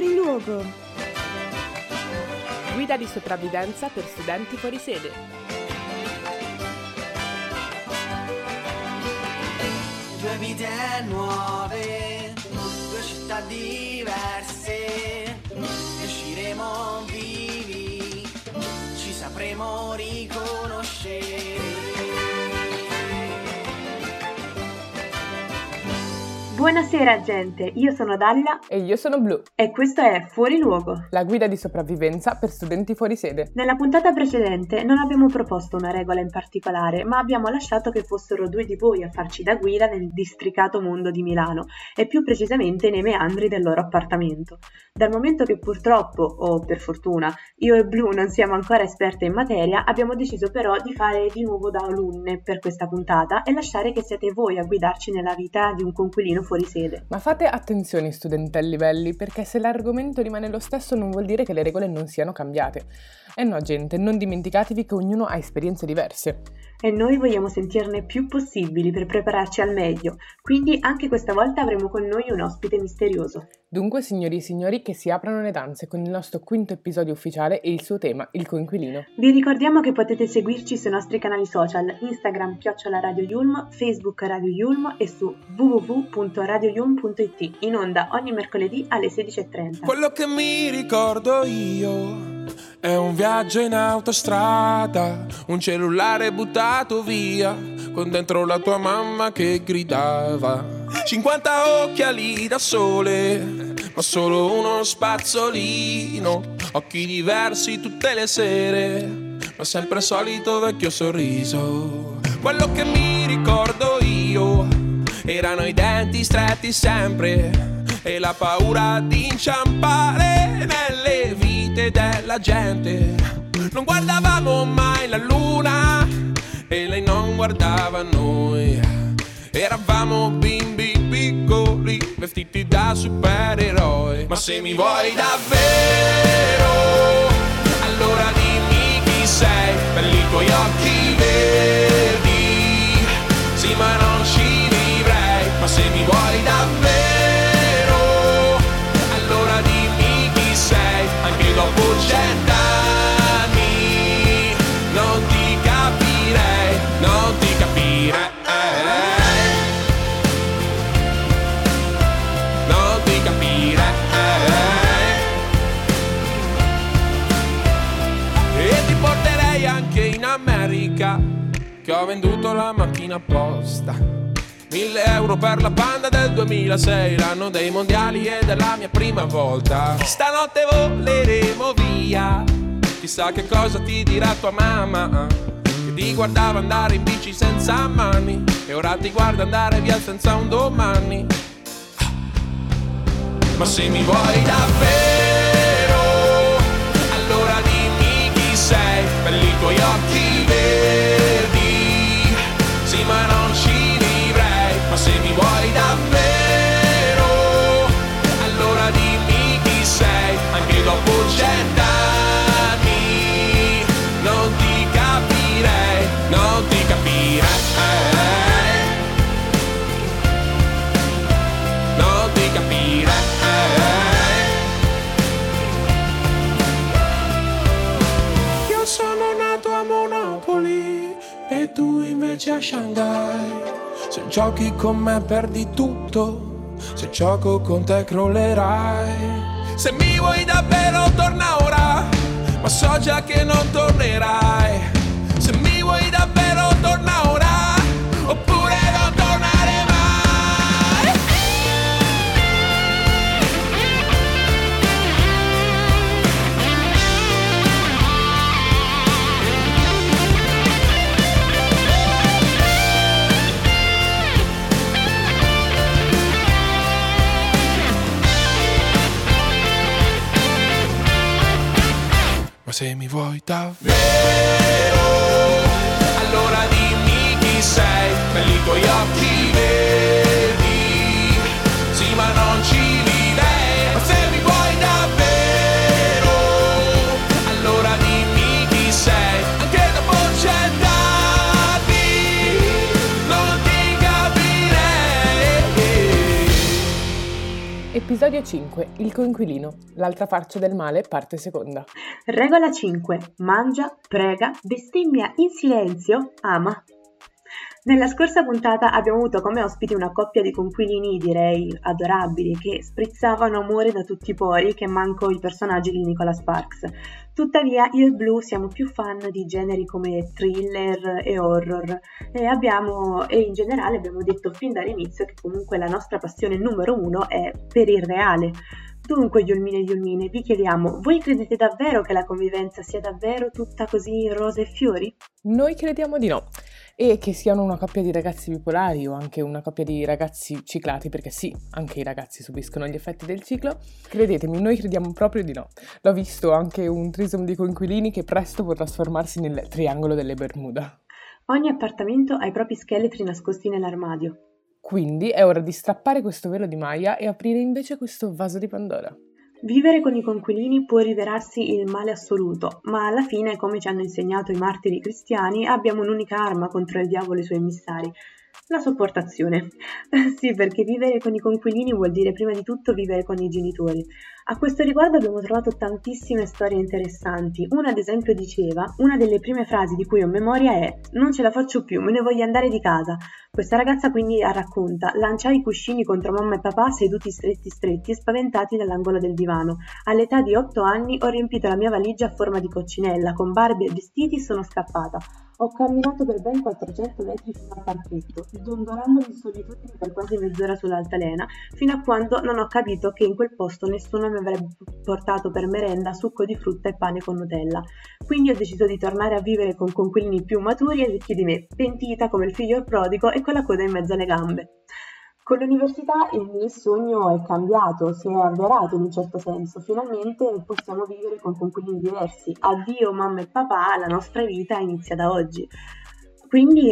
Fuori luogo. Guida di sopravvivenza per studenti fuori sede. Due vite nuove, due città diverse, usciremo vivi, ci sapremo riconoscere. Buonasera gente, io sono Dalila E io sono Blu, e questo è Fuori Luogo. la guida di sopravvivenza per studenti fuori sede. Nella puntata precedente non abbiamo proposto una regola in particolare, ma abbiamo lasciato che fossero due di voi a farci da guida nel districato mondo di Milano e più precisamente nei meandri del loro appartamento. Dal momento che purtroppo, o per fortuna, io e Blu non siamo ancora esperte in materia, abbiamo deciso però di fare di nuovo da alunne per questa puntata e lasciare che siate voi a guidarci nella vita di un coinquilino fuori sede. Ma fate attenzione studentelli belli, perché se l'argomento rimane lo stesso non vuol dire che le regole non siano cambiate. E no gente, non dimenticatevi che ognuno ha esperienze diverse. E noi vogliamo sentirne più possibili per prepararci al meglio, quindi anche questa volta avremo con noi un ospite misterioso. Dunque signori e signori, che si aprano le danze con il nostro quinto episodio ufficiale e il suo tema, il coinquilino. Vi ricordiamo che potete seguirci sui nostri canali social, Instagram @Radio Yulm, Facebook Radio Yulm e su www.radioyulm.it, in onda ogni mercoledì alle 16:30. Quello che mi ricordo io è un viaggio in autostrada, un cellulare buttato via, con dentro la tua mamma che gridava. 50 occhiali da sole, ma solo uno spazzolino, occhi diversi tutte le sere, ma sempre solito vecchio sorriso. Quello che mi ricordo io erano i denti stretti sempre e la paura di inciampare nelle vite della gente. Non guardavamo mai la luna e lei non guardava noi. Eravamo bimbi piccoli vestiti da supereroi. Ma se mi vuoi davvero, allora dimmi chi sei. Belli i tuoi occhi verdi, sì ma non ci vivrei. Ma se mi vuoi davvero, allora dimmi chi sei. Anche dopo 100 anni non ti capirei, non ti capirei. Non ti capirei. E ti porterei anche in America, che ho venduto la macchina apposta. 1.000 euro per la Panda del 2006, l'anno dei mondiali e della mia prima volta. Stanotte voleremo via, chissà che cosa ti dirà tua mamma, che ti guardava andare in bici senza mani e ora ti guarda andare via senza un domani. Ma se mi vuoi davvero, allora dimmi chi sei. Belli i tuoi occhi verdi, sì ma non ci vivrei. Ma se mi vuoi davvero, allora dimmi chi sei. Anche dopo 100 anni non ti capirei, non ti capirei. Non ti capirei. Io sono nato a Monopoli e tu invece a Shanghai. Se giochi con me perdi tutto, se gioco con te crollerai. Se mi vuoi davvero torna ora, ma so già che non tornerai. Se mi vuoi davvero torna ora, oppure non tornare mai. Ma se mi vuoi davvero, allora dimmi chi sei. Belli i tuoi occhi verdi, sì ma non ci vivrei. Ma se mi vuoi davvero, allora dimmi chi sei. Anche dopo 100 anni non ti capirei. E Episodio 5. Il coinquilino. L'altra faccia del male, parte seconda. Regola 5. Mangia, prega, bestemmia in silenzio, ama. Nella scorsa puntata abbiamo avuto come ospiti una coppia di coinquilini, direi adorabili, che sprizzavano amore da tutti i pori, che manco i personaggi di Nicholas Sparks. Tuttavia io e Blu siamo più fan di generi come thriller e horror e in generale abbiamo detto fin dall'inizio che comunque la nostra passione numero 1 è per il reale. Dunque, Yulmine e Yulmine, vi chiediamo, voi credete davvero che la convivenza sia davvero tutta così rose e fiori? Noi crediamo di no. E che siano una coppia di ragazzi bipolari o anche una coppia di ragazzi ciclati, perché sì, anche i ragazzi subiscono gli effetti del ciclo, credetemi, noi crediamo proprio di no. L'ho visto anche un threesome di coinquilini che presto può trasformarsi nel triangolo delle Bermuda. Ogni appartamento ha i propri scheletri nascosti nell'armadio. Quindi è ora di strappare questo velo di Maya e aprire invece questo vaso di Pandora. Vivere con i coinquilini può rivelarsi il male assoluto, ma alla fine, come ci hanno insegnato i martiri cristiani, abbiamo un'unica arma contro il diavolo e i suoi emissari: la sopportazione. Sì, perché vivere con i coinquilini vuol dire prima di tutto vivere con i genitori. A questo riguardo abbiamo trovato tantissime storie interessanti. Una, ad esempio, diceva: una delle prime frasi di cui ho memoria è «Non ce la faccio più, me ne voglio andare di casa». Questa ragazza quindi racconta: lanciai i cuscini contro mamma e papà seduti stretti e spaventati nell'angolo del divano. All'età di 8 anni ho riempito la mia valigia a forma di coccinella, con barbe e vestiti e sono scappata. Ho camminato per ben 400 metri fino al parchetto, dondolandomi in solitudine per quasi mezz'ora sull'altalena, fino a quando non ho capito che in quel posto nessuno mi avrebbe portato per merenda succo di frutta e pane con Nutella. Quindi ho deciso di tornare a vivere con coinquilini più maturi e ricchi di me, pentita come il figlio prodigo e con la coda in mezzo alle gambe. Con l'università il mio sogno è cambiato, si è avverato in un certo senso. Finalmente possiamo vivere con coinquilini diversi. Addio mamma e papà, la nostra vita inizia da oggi. Quindi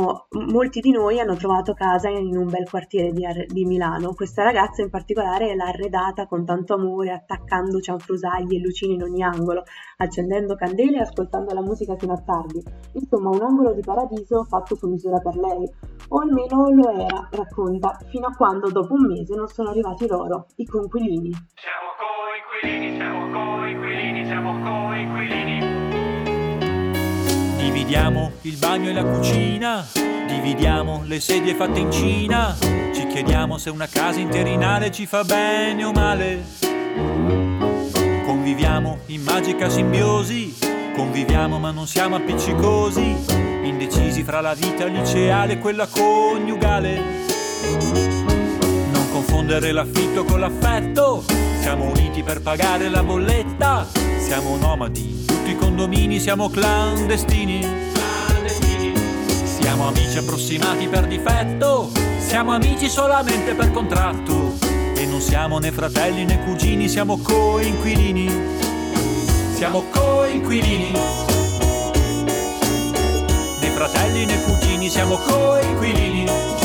molti di noi hanno trovato casa in un bel quartiere di Milano. Questa ragazza in particolare l'ha arredata con tanto amore, attaccando cianfrusaglie e lucine in ogni angolo, accendendo candele e ascoltando la musica fino a tardi. Insomma, un angolo di paradiso fatto su misura per lei. O almeno lo era, racconta, fino a quando dopo un mese non sono arrivati loro, i coinquilini. Siamo coinquilini. Dividiamo il bagno e la cucina, dividiamo le sedie fatte in Cina, ci chiediamo se una casa interinale ci fa bene o male. Conviviamo in magica simbiosi, conviviamo ma non siamo appiccicosi, indecisi fra la vita liceale e quella coniugale. Non confondere l'affitto con l'affetto, siamo uniti per pagare la bolletta, siamo nomadi, tutti i condomini, siamo clandestini. Siamo amici approssimati per difetto, siamo amici solamente per contratto, e non siamo né fratelli né cugini, siamo coinquilini. Siamo coinquilini. Né fratelli né cugini, siamo coinquilini.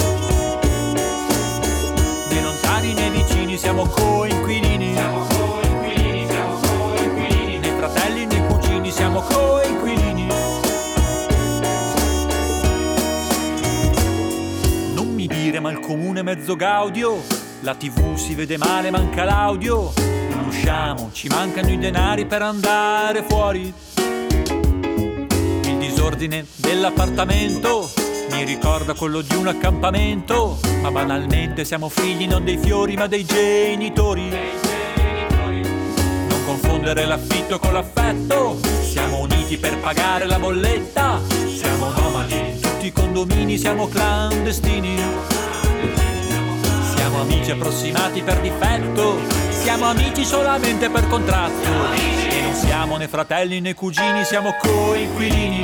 Né lontani né vicini, siamo coinquilini. Siamo coinquilini, siamo coinquilini. Né fratelli né cugini, siamo coinquilini. Non mi dire ma il comune mezzo gaudio, la TV si vede male, manca l'audio, non usciamo, ci mancano i denari per andare fuori. Il disordine dell'appartamento mi ricorda quello di un accampamento, ma banalmente siamo figli non dei fiori ma dei genitori. Non confondere l'affitto con l'affetto, siamo uniti per pagare la bolletta, siamo nomadi, tutti i condomini, siamo clandestini. Siamo amici approssimati per difetto, siamo amici solamente per contratto, e non siamo né fratelli né cugini, siamo coinquilini.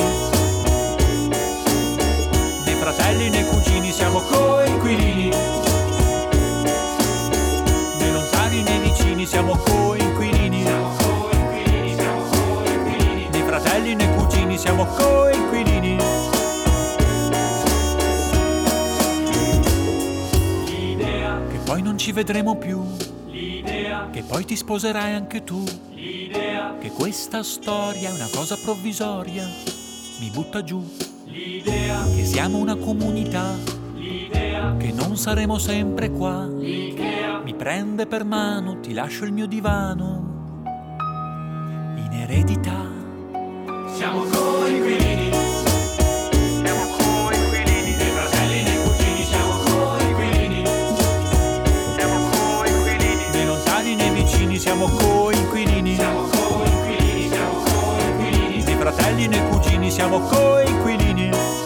Né fratelli né cugini, siamo coinquilini. Né lontani né vicini, siamo coinquilini. Né fratelli né cugini, siamo coinquilini. Poi non ci vedremo più, l'idea che poi ti sposerai anche tu, l'idea che questa storia è una cosa provvisoria, mi butta giù, l'idea che siamo una comunità, l'idea che non saremo sempre qua, l'idea mi Mi prende per mano, ti lascio il mio divano. In eredità siamo coinquilini. Siamo coinquilini. Né fratelli né cugini, siamo coinquilini. Siamo coinquilini. Né lontani né vicini, siamo coinquilini. Siamo coinquilini, siamo coinquilini. Né fratelli né cugini, siamo coinquilini.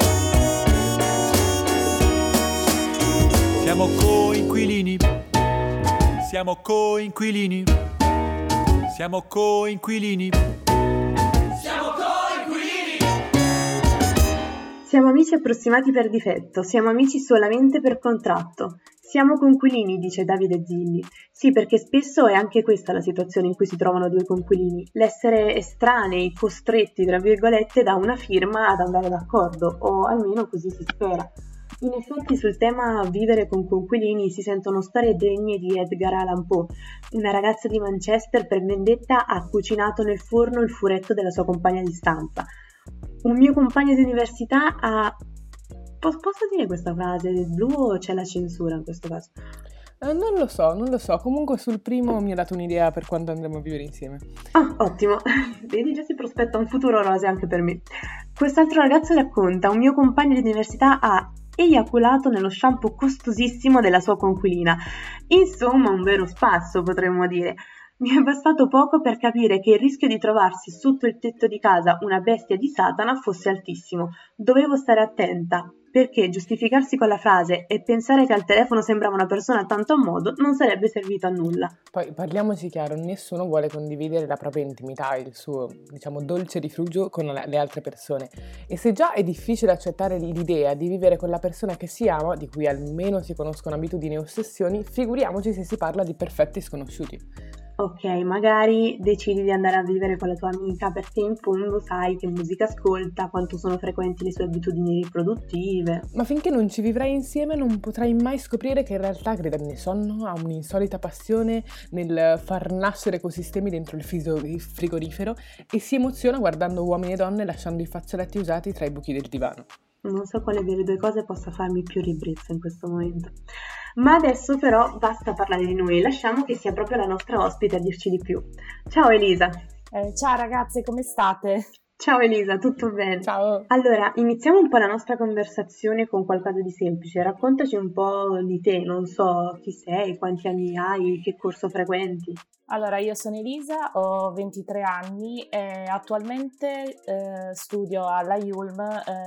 Siamo coinquilini. Siamo coinquilini. Siamo coinquilini. Siamo coinquilini. Siamo amici approssimati per difetto, siamo amici solamente per contratto. Siamo coinquilini, dice Davide Zilli. Sì, perché spesso è anche questa la situazione in cui si trovano due coinquilini, l'essere estranei, costretti, tra virgolette, da una firma ad andare d'accordo, o almeno così si spera. In effetti sul tema vivere con coinquilini si sentono storie degne di Edgar Allan Poe. Una ragazza di Manchester per vendetta ha cucinato nel forno il furetto della sua compagna di stanza. Un mio compagno di università ha... Posso dire questa frase del blu o c'è la censura in questo caso? Non lo so. Comunque sul primo mi ha dato un'idea per quando andremo a vivere insieme. Ah, ottimo. Vedi, già si prospetta un futuro roseo anche per me. Quest'altro ragazzo racconta: un mio compagno di università ha eiaculato nello shampoo costosissimo della sua coinquilina. Insomma, un vero spasso, potremmo dire. Mi è bastato poco per capire che il rischio di trovarsi sotto il tetto di casa una bestia di Satana fosse altissimo. Dovevo stare attenta, perché giustificarsi con la frase e pensare che al telefono sembrava una persona tanto a modo non sarebbe servito a nulla. Poi parliamoci chiaro, nessuno vuole condividere la propria intimità, il suo, dolce rifugio con le altre persone. E se già è difficile accettare l'idea di vivere con la persona che si ama, di cui almeno si conoscono abitudini e ossessioni, figuriamoci se si parla di perfetti sconosciuti. Ok, magari decidi di andare a vivere con la tua amica perché in fondo sai che musica ascolta, quanto sono frequenti le sue abitudini riproduttive. Ma finché non ci vivrai insieme non potrai mai scoprire che in realtà crede nel sonno, ha un'insolita passione nel far nascere ecosistemi dentro il frigorifero e si emoziona guardando uomini e donne lasciando i fazzoletti usati tra i buchi del divano. Non so quale delle due cose possa farmi più ribrezzo in questo momento. Ma adesso però basta parlare di noi, lasciamo che sia proprio la nostra ospite a dirci di più. Ciao Elisa! Ciao ragazze, come state? Ciao Elisa, tutto bene? Ciao! Allora, iniziamo un po' la nostra conversazione con qualcosa di semplice. Raccontaci un po' di te, non so chi sei, quanti anni hai, che corso frequenti. Allora, io sono Elisa, ho 23 anni e attualmente studio alla IULM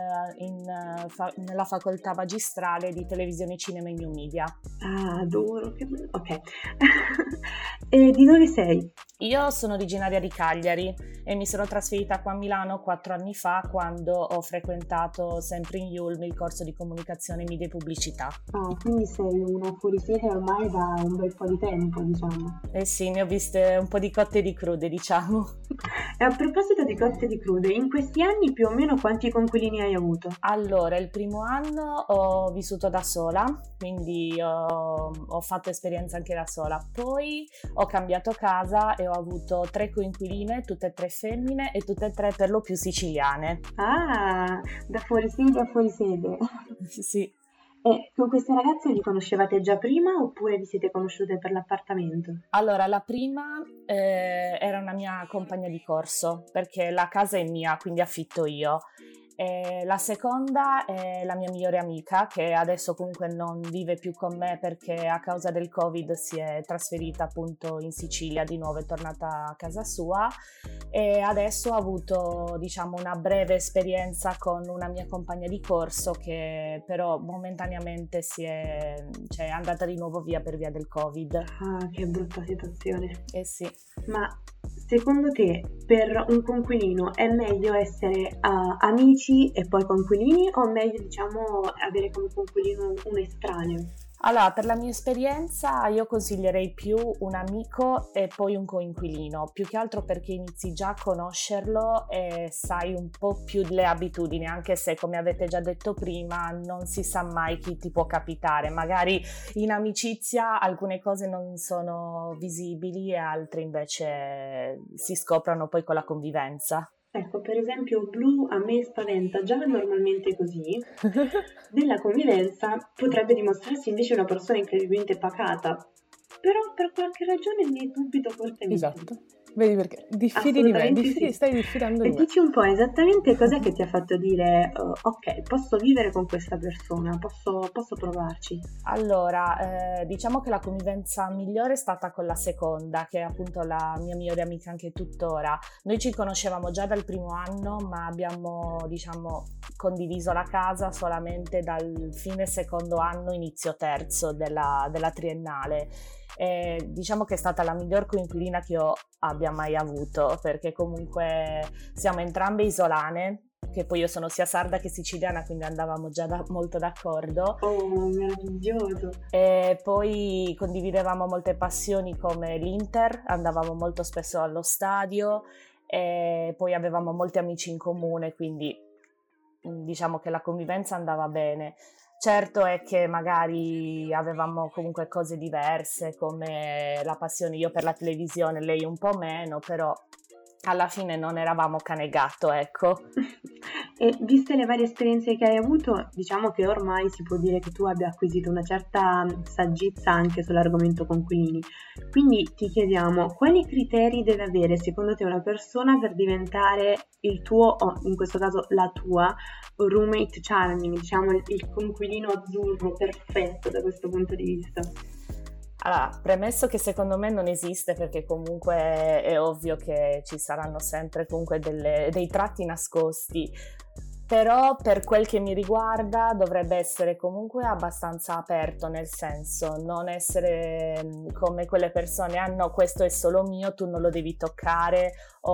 nella facoltà magistrale di televisione, cinema e new media. Ah, adoro, che bello. Ok. E di dove sei? Io sono originaria di Cagliari e mi sono trasferita qua a Milano 4 anni fa quando ho frequentato sempre in IULM il corso di comunicazione, media e pubblicità. Ah, quindi sei una fuorisede ormai da un bel po' di tempo, diciamo. Eh sì, ne ho viste un po' di cotte e di crude, diciamo. E a proposito di cotte e di crude, in questi anni più o meno quanti coinquilini hai avuto? Allora, il primo anno ho vissuto da sola, quindi ho fatto esperienza anche da sola. Poi ho cambiato casa e ho avuto 3 coinquiline, tutte e 3 femmine e tutte e 3 per lo più siciliane. Ah, da fuorisede a fuorisede. Sì. E con queste ragazze vi conoscevate già prima oppure vi siete conosciute per l'appartamento? Allora, la prima era una mia compagna di corso, perché la casa è mia, quindi affitto io. La seconda è la mia migliore amica, che adesso comunque non vive più con me perché a causa del Covid si è trasferita appunto in Sicilia, di nuovo è tornata a casa sua, e adesso ho avuto, diciamo, una breve esperienza con una mia compagna di corso che però momentaneamente è andata di nuovo via per via del Covid. Ah, che brutta situazione. Eh sì. Ma secondo te per un coinquilino è meglio essere amici e poi coinquilini o meglio, diciamo, avere come coinquilino un estraneo? Allora, per la mia esperienza io consiglierei più un amico e poi un coinquilino, più che altro perché inizi già a conoscerlo e sai un po' più le abitudini, anche se, come avete già detto prima, non si sa mai chi ti può capitare. Magari in amicizia alcune cose non sono visibili e altre invece si scoprono poi con la convivenza. Ecco, per esempio, Blu a me spaventa già normalmente così. Nella convivenza potrebbe dimostrarsi invece una persona incredibilmente pacata. però per qualche ragione mi dubito fortemente. Esatto. Vedi perché? Diffidi di me, Assolutamente sì. stai diffidando di E me. dici un po' esattamente cos'è che ti ha fatto dire ok, posso vivere con questa persona, posso provarci. Allora, diciamo che la convivenza migliore è stata con la seconda, che è appunto la mia migliore amica anche tuttora. Noi ci conoscevamo già dal primo anno, ma abbiamo, diciamo, condiviso la casa solamente dal fine secondo anno, inizio terzo della triennale. Diciamo che è stata la miglior coinquilina che io abbia mai avuto, perché comunque siamo entrambe isolane, che poi io sono sia sarda che siciliana, quindi andavamo già molto d'accordo. Oh, meraviglioso! E poi condividevamo molte passioni come l'Inter, andavamo molto spesso allo stadio e poi avevamo molti amici in comune, quindi diciamo che la convivenza andava bene. Certo è che magari avevamo comunque cose diverse, come la passione io per la televisione, lei un po' meno, però alla fine non eravamo cane e gatto, ecco. E viste le varie esperienze che hai avuto, diciamo che ormai si può dire che tu abbia acquisito una certa saggezza anche sull'argomento conquilini. Quindi ti chiediamo, quali criteri deve avere secondo te una persona per diventare il tuo, o in questo caso la tua, roommate charming, diciamo il conquilino azzurro perfetto da questo punto di vista? Allora, premesso che secondo me non esiste, perché comunque è ovvio che ci saranno sempre comunque dei tratti nascosti, però per quel che mi riguarda dovrebbe essere comunque abbastanza aperto, nel senso non essere come quelle persone, ah no, questo è solo mio, tu non lo devi toccare,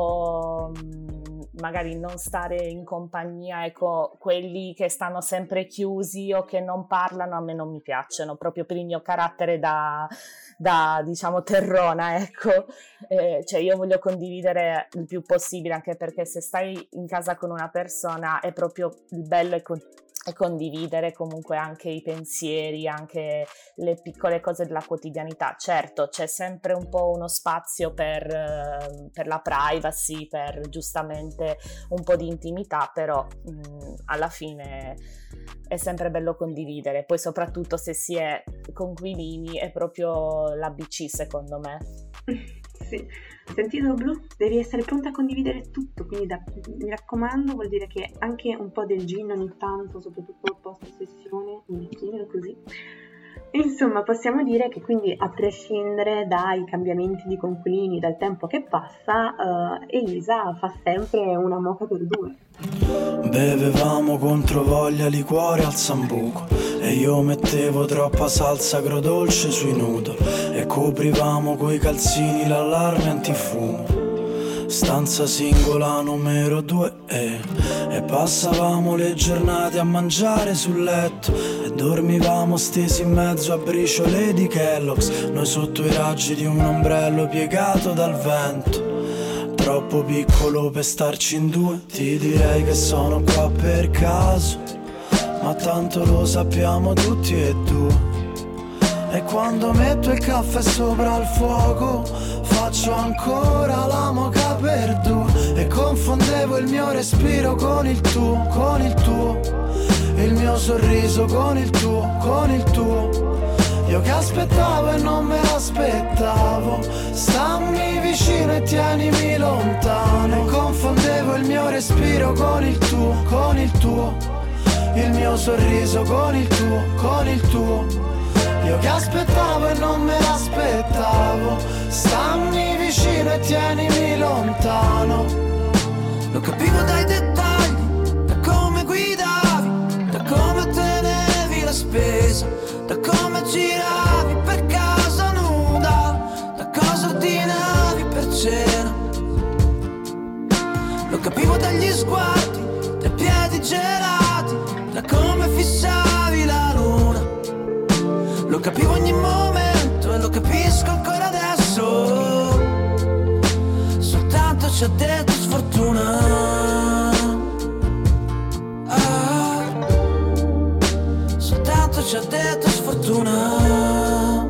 o magari non stare in compagnia, ecco, quelli che stanno sempre chiusi o che non parlano a me non mi piacciono, proprio per il mio carattere da diciamo terrona, ecco. Cioè io voglio condividere il più possibile, anche perché se stai in casa con una persona è proprio il bello e condividere comunque anche i pensieri, anche le piccole cose della quotidianità. Certo, c'è sempre un po' uno spazio per la privacy, per giustamente un po' di intimità, però alla fine è sempre bello condividere. Poi soprattutto se si è conquilini è proprio l'ABC secondo me. Sì. Sentito Blu? Devi essere pronta a condividere tutto, quindi mi raccomando, vuol dire che anche un po' del gin ogni tanto, soprattutto post sessione, un bicchierino così. Insomma, possiamo dire che quindi a prescindere dai cambiamenti di conquilini, dal tempo che passa, Elisa fa sempre una moka per due. Bevevamo contro voglia liquore al sambuco e io mettevo troppa salsa agrodolce sui noodle e coprivamo coi calzini l'allarme antifumo. Stanza singola numero 2 e passavamo le giornate a mangiare sul letto e dormivamo stesi in mezzo a briciole di Kellogg's, noi sotto i raggi di un ombrello piegato dal vento. Troppo piccolo per starci in due, ti direi che sono qua per caso, ma tanto lo sappiamo tutti e due. E quando metto il caffè sopra il fuoco faccio ancora la moka per due e confondevo il mio respiro con il tuo, il mio sorriso con il tuo. Io che aspettavo e non me l'aspettavo, stammi vicino e tienimi lontano. E confondevo il mio respiro con il tuo, il mio sorriso con il tuo. Io che aspettavo e non me l'aspettavo, stammi vicino e tienimi lontano. Lo capivo dai dettagli, da come guidavi, da come ottenevi la spesa, da come giravi per casa nuda, da cosa ordinavi per cena. Lo capivo dagli sguardi, dai piedi gelati, da come fissavi la luna. Lo capivo ogni momento e lo capisco ancora adesso. Soltanto ci ha detto sfortuna. Soltanto ci ha detto sfortuna.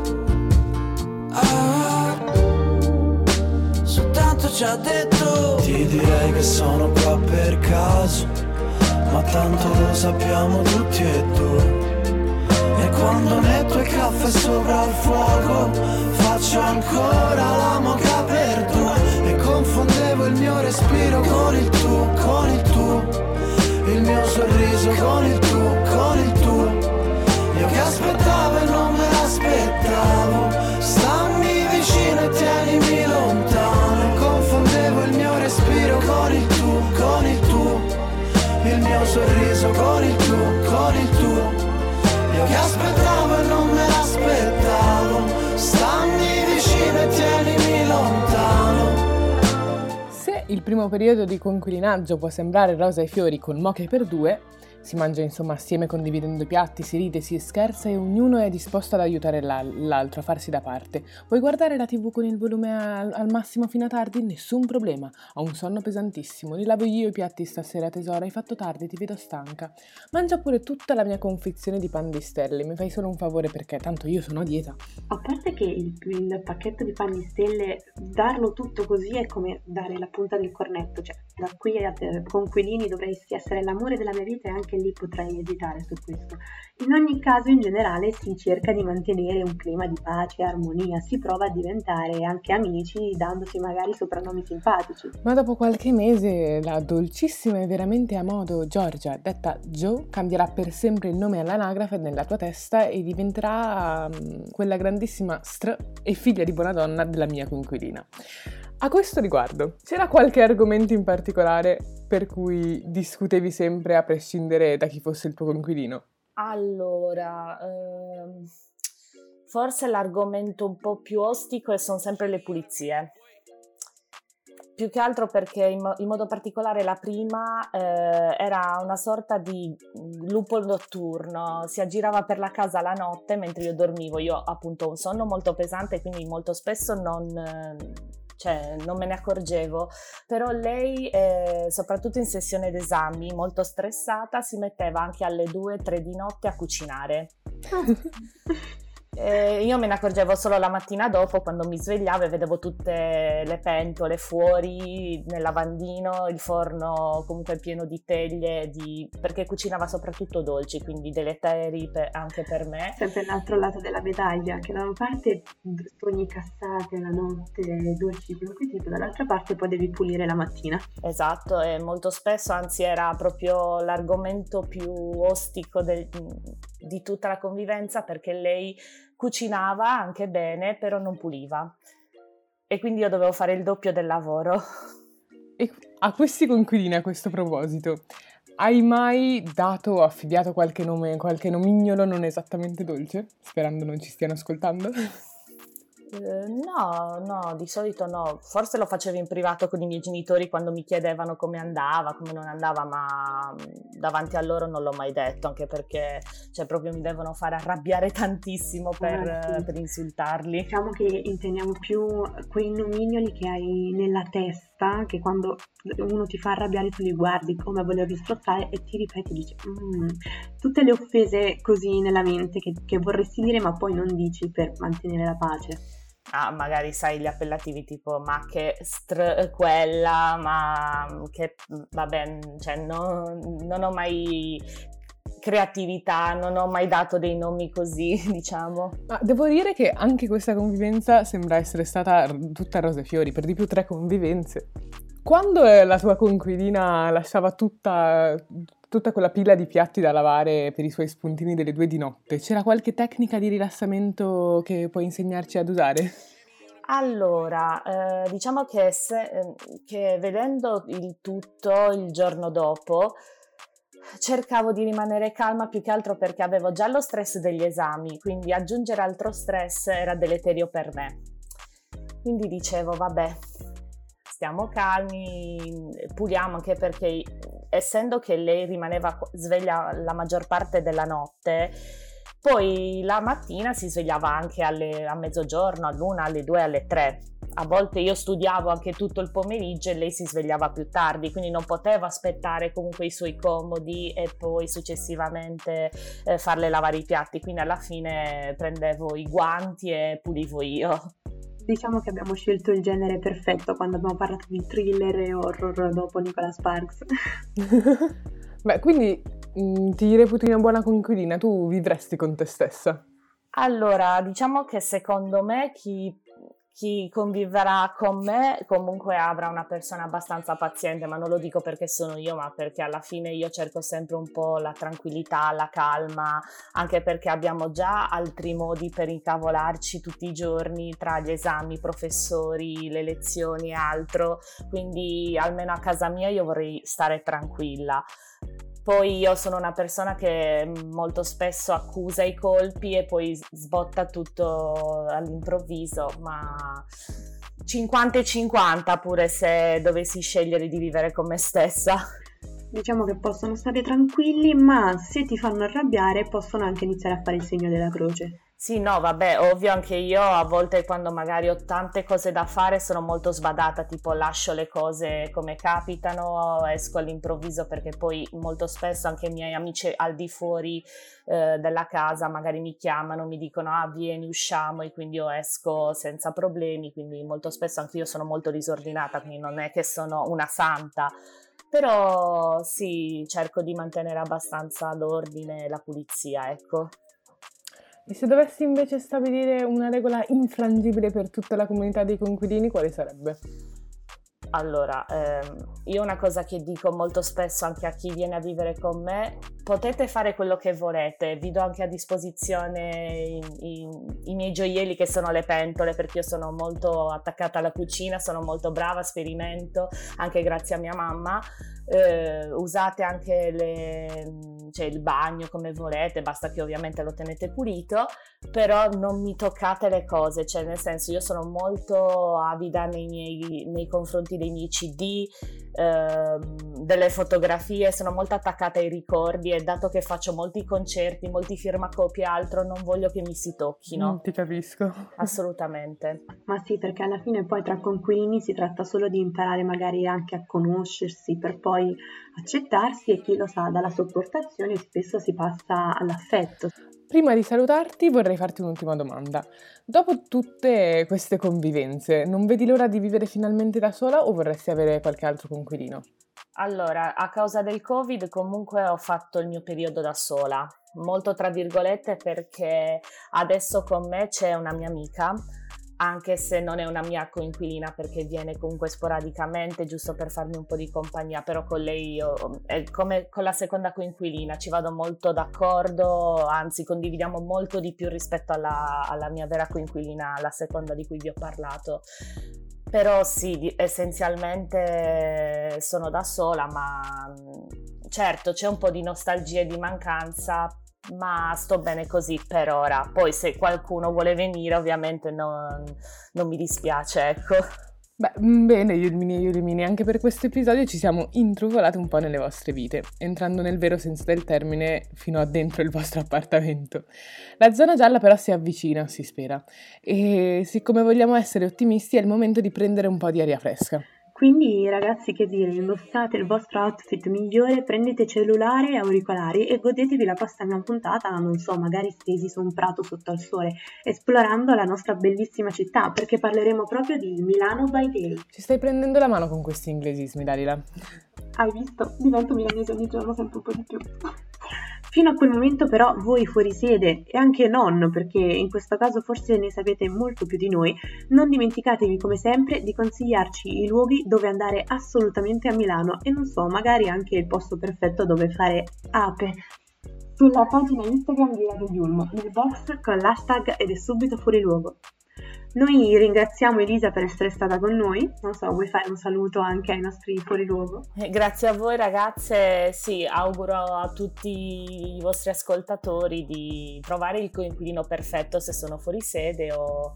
Soltanto ci ha detto. Ti direi che sono qua per caso, ma tanto lo sappiamo tutti e due. E quando metto il caffè sopra il fuoco, faccio ancora la moka per due e confondevo il mio respiro con il tuo, con il tuo, il mio sorriso con il tuo, con il tuo. Io che aspettavo e non me l'aspettavo, stammi vicino e tienimi lontano. Confondevo il mio respiro con il tuo, con il tuo, il mio sorriso con il tuo, con il tuo. Io che aspettavo e non me l'aspettavo, stammi vicino e tienimi lontano. Se il primo periodo di conquilinaggio può sembrare rosa e fiori con moche per due, si mangia insomma assieme condividendo i piatti, si ride, si scherza e ognuno è disposto ad aiutare l'altro a farsi da parte. Vuoi guardare la TV con il volume al massimo fino a tardi? Nessun problema, ho un sonno pesantissimo, li lavo io i piatti stasera tesoro, hai fatto tardi, ti vedo stanca. Mangia pure tutta la mia confezione di pan di stelle, mi fai solo un favore perché tanto io sono a dieta. A parte che il pacchetto di pan di stelle, darlo tutto così è come dare la punta del cornetto, cioè da qui a conquilini dovresti essere l'amore della mia vita e anche lì potrei esitare su questo. In ogni caso, in generale, si cerca di mantenere un clima di pace e armonia, si prova a diventare anche amici, dandosi magari soprannomi simpatici. Ma dopo qualche mese la dolcissima e veramente a modo Giorgia, detta Jo, cambierà per sempre il nome all'anagrafe nella tua testa e diventerà quella grandissima e figlia di buona donna della mia coinquilina. A questo riguardo, c'era qualche argomento in particolare per cui discutevi sempre a prescindere da chi fosse il tuo coinquilino? Allora, forse l'argomento un po' più ostico sono sempre le pulizie. Più che altro perché in modo particolare la prima era una sorta di lupo notturno, si aggirava per la casa la notte mentre io dormivo. Io appunto ho un sonno molto pesante, quindi molto spesso non me ne accorgevo, però lei, soprattutto in sessione d'esami, molto stressata, si metteva anche alle 2-3 di notte a cucinare. Io me ne accorgevo solo la mattina dopo, quando mi svegliavo e vedevo tutte le pentole fuori nel lavandino, il forno comunque pieno di teglie, perché cucinava soprattutto dolci, quindi deleteri anche per me. Sempre l'altro lato della medaglia, che da una parte sogni cassate la notte, dolci, qualunque tipo, dall'altra parte poi devi pulire la mattina. Esatto, e molto spesso, anzi era proprio l'argomento più ostico di tutta la convivenza, perché lei cucinava anche bene, però non puliva. E quindi io dovevo fare il doppio del lavoro. E a questi coinquilini, a questo proposito, hai mai dato o affibbiato qualche nome, qualche nomignolo non esattamente dolce? Sperando non ci stiano ascoltando. No, di solito no. Forse lo facevo in privato con i miei genitori quando mi chiedevano come andava, come non andava, ma davanti a loro non l'ho mai detto, anche perché proprio mi devono fare arrabbiare tantissimo per insultarli. Diciamo che intendiamo più quei nomignoli che hai nella testa, che quando uno ti fa arrabbiare tu li guardi come a volerli strozzare e ti ripeti, dici tutte le offese così nella mente che vorresti dire ma poi non dici per mantenere la pace. Magari sai gli appellativi tipo ma che quella, ma che vabbè, non ho mai creatività, non ho mai dato dei nomi così, diciamo. Ma devo dire che anche questa convivenza sembra essere stata tutta rose e fiori, per di più 3 convivenze. Quando la tua coinquilina lasciava tutta quella pila di piatti da lavare per i suoi spuntini delle 2 di notte, c'era qualche tecnica di rilassamento che puoi insegnarci ad usare? Allora, diciamo che vedendo il tutto il giorno dopo, cercavo di rimanere calma, più che altro perché avevo già lo stress degli esami, quindi aggiungere altro stress era deleterio per me. Quindi dicevo, vabbè, stiamo calmi, puliamo, anche perché essendo che lei rimaneva sveglia la maggior parte della notte, poi la mattina si svegliava anche a mezzogiorno, all'1, alle 2, alle 3. A volte io studiavo anche tutto il pomeriggio e lei si svegliava più tardi, quindi non potevo aspettare comunque i suoi comodi e poi successivamente farle lavare i piatti, quindi alla fine prendevo i guanti e pulivo io. Diciamo che abbiamo scelto il genere perfetto quando abbiamo parlato di thriller e horror dopo Nicholas Sparks. Beh, quindi Ti reputi una buona coinquilina? Tu vivresti con te stessa? Allora, diciamo che secondo me chi conviverà con me comunque avrà una persona abbastanza paziente, ma non lo dico perché sono io, ma perché alla fine io cerco sempre un po' la tranquillità, la calma, anche perché abbiamo già altri modi per incavolarci tutti i giorni tra gli esami, i professori, le lezioni e altro, quindi almeno a casa mia io vorrei stare tranquilla. Poi io sono una persona che molto spesso accusa i colpi e poi sbotta tutto all'improvviso, ma 50 e 50 pure se dovessi scegliere di vivere con me stessa. Diciamo che possono stare tranquilli, ma se ti fanno arrabbiare possono anche iniziare a fare il segno della croce. Sì, no, vabbè, ovvio anche io a volte quando magari ho tante cose da fare sono molto sbadata, tipo lascio le cose come capitano, esco all'improvviso perché poi molto spesso anche i miei amici al di fuori della casa magari mi chiamano, mi dicono vieni, usciamo e quindi io esco senza problemi, quindi molto spesso anche io sono molto disordinata, quindi non è che sono una santa. Però sì, cerco di mantenere abbastanza l'ordine e la pulizia, ecco. E se dovessi invece stabilire una regola infrangibile per tutta la comunità dei coinquilini, quale sarebbe? Allora, io una cosa che dico molto spesso anche a chi viene a vivere con me, potete fare quello che volete, vi do anche a disposizione i miei gioielli che sono le pentole, perché io sono molto attaccata alla cucina, sono molto brava, sperimento, anche grazie a mia mamma. Usate anche il bagno come volete, basta che ovviamente lo tenete pulito, però non mi toccate le cose, cioè nel senso io sono molto avida nei confronti dei miei CD, delle fotografie, sono molto attaccata ai ricordi e dato che faccio molti concerti, molti firmacopie e altro, non voglio che mi si tocchino. Ti capisco. Assolutamente. Ma sì, perché alla fine poi tra coinquilini si tratta solo di imparare magari anche a conoscersi per poi accettarsi e chi lo sa, dalla sopportazione spesso si passa all'affetto. Prima di salutarti vorrei farti un'ultima domanda. Dopo tutte queste convivenze, non vedi l'ora di vivere finalmente da sola o vorresti avere qualche altro coinquilino? Allora, a causa del Covid comunque ho fatto il mio periodo da sola, molto tra virgolette perché adesso con me c'è una mia amica, anche se non è una mia coinquilina perché viene comunque sporadicamente giusto per farmi un po' di compagnia, però con lei io è come con la seconda coinquilina, ci vado molto d'accordo, anzi condividiamo molto di più rispetto alla mia vera coinquilina, la seconda di cui vi ho parlato. Però sì, essenzialmente sono da sola, ma certo c'è un po' di nostalgia e di mancanza, ma sto bene così per ora. Poi se qualcuno vuole venire ovviamente non mi dispiace, ecco. Beh, bene, Yulmini e Yulmini, anche per questo episodio ci siamo intrufolate un po' nelle vostre vite, entrando nel vero senso del termine fino a dentro il vostro appartamento. La zona gialla però si avvicina, si spera, e siccome vogliamo essere ottimisti è il momento di prendere un po' di aria fresca. Quindi ragazzi, che dire, indossate il vostro outfit migliore, prendete cellulare e auricolari e godetevi la prossima puntata, non so, magari stesi su un prato sotto al sole, esplorando la nostra bellissima città, perché parleremo proprio di Milano by Day. Ci stai prendendo la mano con questi inglesismi, Dalila. Hai visto? Divento milanese ogni giorno sempre un po' di più. Fino a quel momento però voi fuori sede e anche non, perché in questo caso forse ne sapete molto più di noi, non dimenticatevi come sempre di consigliarci i luoghi dove andare assolutamente a Milano e non so, magari anche il posto perfetto dove fare ape. Sulla pagina Instagram di Radio Yulm, nel box con l'hashtag ed è subito fuori luogo. Noi ringraziamo Elisa per essere stata con noi, non so, vuoi fare un saluto anche ai nostri fuori luogo? Grazie a voi ragazze, sì, auguro a tutti i vostri ascoltatori di trovare il coinquilino perfetto se sono fuori sede o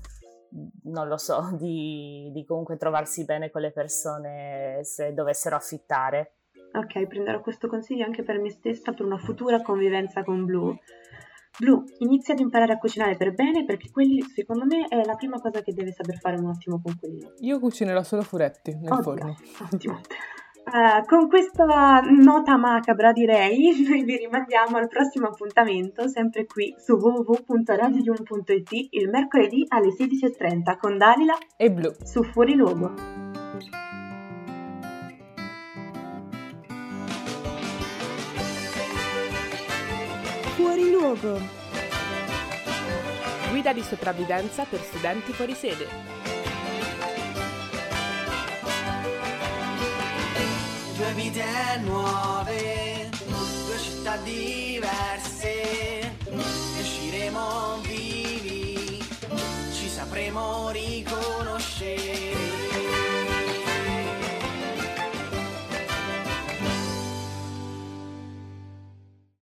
non lo so, di comunque trovarsi bene con le persone se dovessero affittare. Ok, prenderò questo consiglio anche per me stessa per una futura convivenza con Blu. Blu, inizia ad imparare a cucinare per bene perché quelli secondo me è la prima cosa che deve saper fare un ottimo coinquilino. Io cucinerò solo furetti nel forno. Ottimo. Con questa nota macabra direi noi vi rimandiamo al prossimo appuntamento sempre qui su www.radioyulm.it il mercoledì alle 16:30 con Dalila e Blu su Fuori Luogo. fuori luogo. Guida di sopravvivenza per studenti fuori sede. Due vite nuove, due città diverse, usciremo vivi, ci sapremo riconoscere.